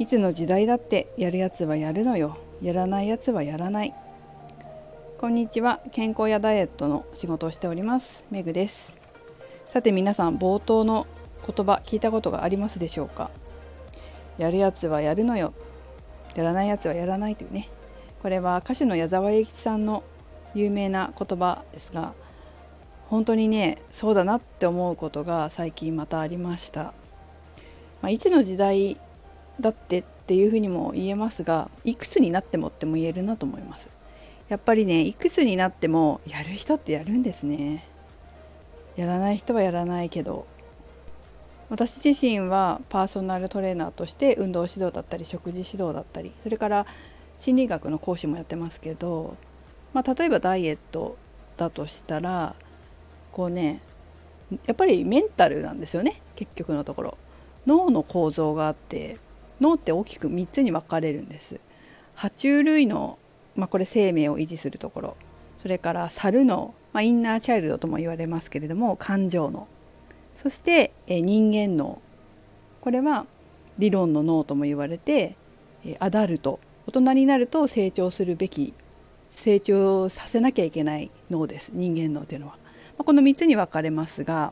いつの時代だってやるやつはやるのよ、やらないやつはやらない。こんにちは。健康やダイエットの仕事をしておりますメグです。さて皆さん、冒頭の言葉聞いたことがありますでしょうか？やるやつはやるのよ、やらないやつはやらないというね。これは歌手の矢沢永吉さんの有名な言葉ですが、本当にね、そうだなって思うことが最近またありました。いつの時代だっていうふうにも言えますが、いくつになってもっても言えるなと思います。やっぱりね、いくつになってもやる人ってやるんですね。やらない人はやらないけど、私自身はパーソナルトレーナーとして運動指導だったり食事指導だったり、それから心理学の講師もやってますけど、例えばダイエットだとしたらこうね、やっぱりメンタルなんですよね。結局のところ脳の構造があって、脳って大きく3つに分かれるんです。爬虫類の、これ生命を維持するところ、それから猿の、インナーチャイルドとも言われますけれども感情脳、そして人間脳、これは理論の脳とも言われて、アダルト、大人になると成長するべき、成長させなきゃいけない脳です。人間脳というのは、この3つに分かれますが、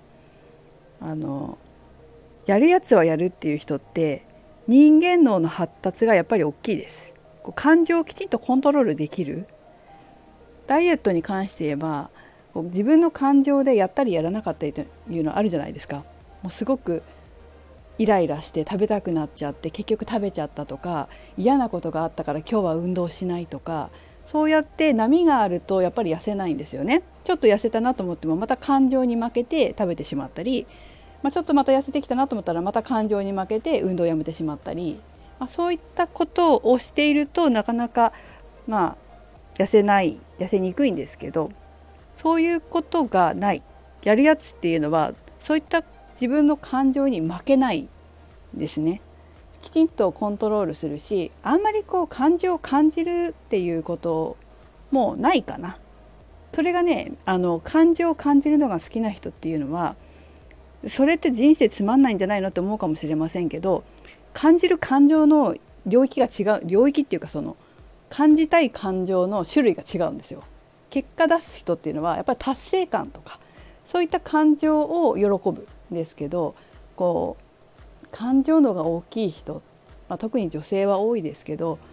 やるやつはやるっていう人って人間脳の発達がやっぱり大きいです。感情をきちんとコントロールできる。ダイエットに関して言えば、自分の感情でやったりやらなかったりというのあるじゃないですか。もうすごくイライラして食べたくなっちゃって結局食べちゃったとか、嫌なことがあったから今日は運動しないとか、そうやって波があるとやっぱり痩せないんですよね。ちょっと痩せたなと思ってもまた感情に負けて食べてしまったり、ちょっとまた痩せてきたなと思ったらまた感情に負けて運動をやめてしまったり、そういったことをしているとなかなか痩せにくいんですけど、そういうことがない。やるやつっていうのはそういった自分の感情に負けないんですね。きちんとコントロールするし、あんまり感情を感じるっていうこともないかな。それがね、感情を感じるのが好きな人っていうのは、それって人生つまんないんじゃないのって思うかもしれませんけど、感じる感情の領域が違う、領域っていうか、その感じたい感情の種類が違うんですよ。結果出す人っていうのはやっぱり達成感とかそういった感情を喜ぶんですけど、感情のが大きい人、特に女性は多いですけど、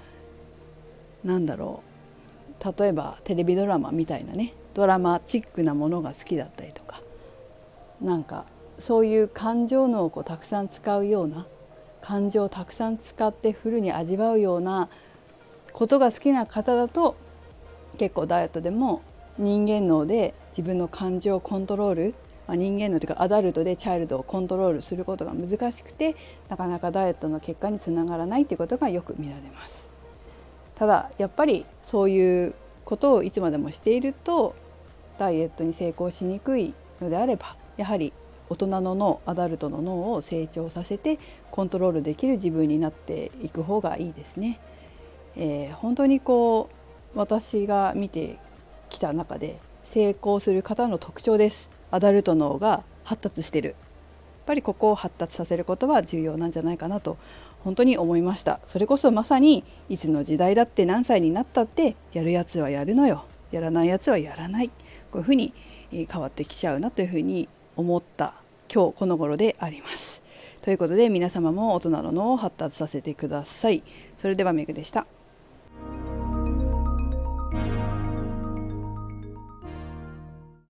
例えばテレビドラマみたいなね、ドラマチックなものが好きだったりとか、そういう感情脳をたくさん使うような、感情をたくさん使ってフルに味わうようなことが好きな方だと、結構ダイエットでも人間脳で自分の感情をコントロール、人間脳というかアダルトでチャイルドをコントロールすることが難しくて、なかなかダイエットの結果につながらないということがよく見られます。ただやっぱりそういうことをいつまでもしているとダイエットに成功しにくいのであれば、やはり大人の脳、アダルトの脳を成長させてコントロールできる自分になっていく方がいいですね。本当に私が見てきた中で成功する方の特徴です。アダルト脳が発達している。やっぱりここを発達させることは重要なんじゃないかなと本当に思いました。それこそまさにいつの時代だって何歳になったってやるやつはやるのよ、やらないやつはやらない、こういうふうに変わってきちゃうなというふうに思った今日この頃であります。ということで皆様も大人の脳を発達させてください。それではメグでした。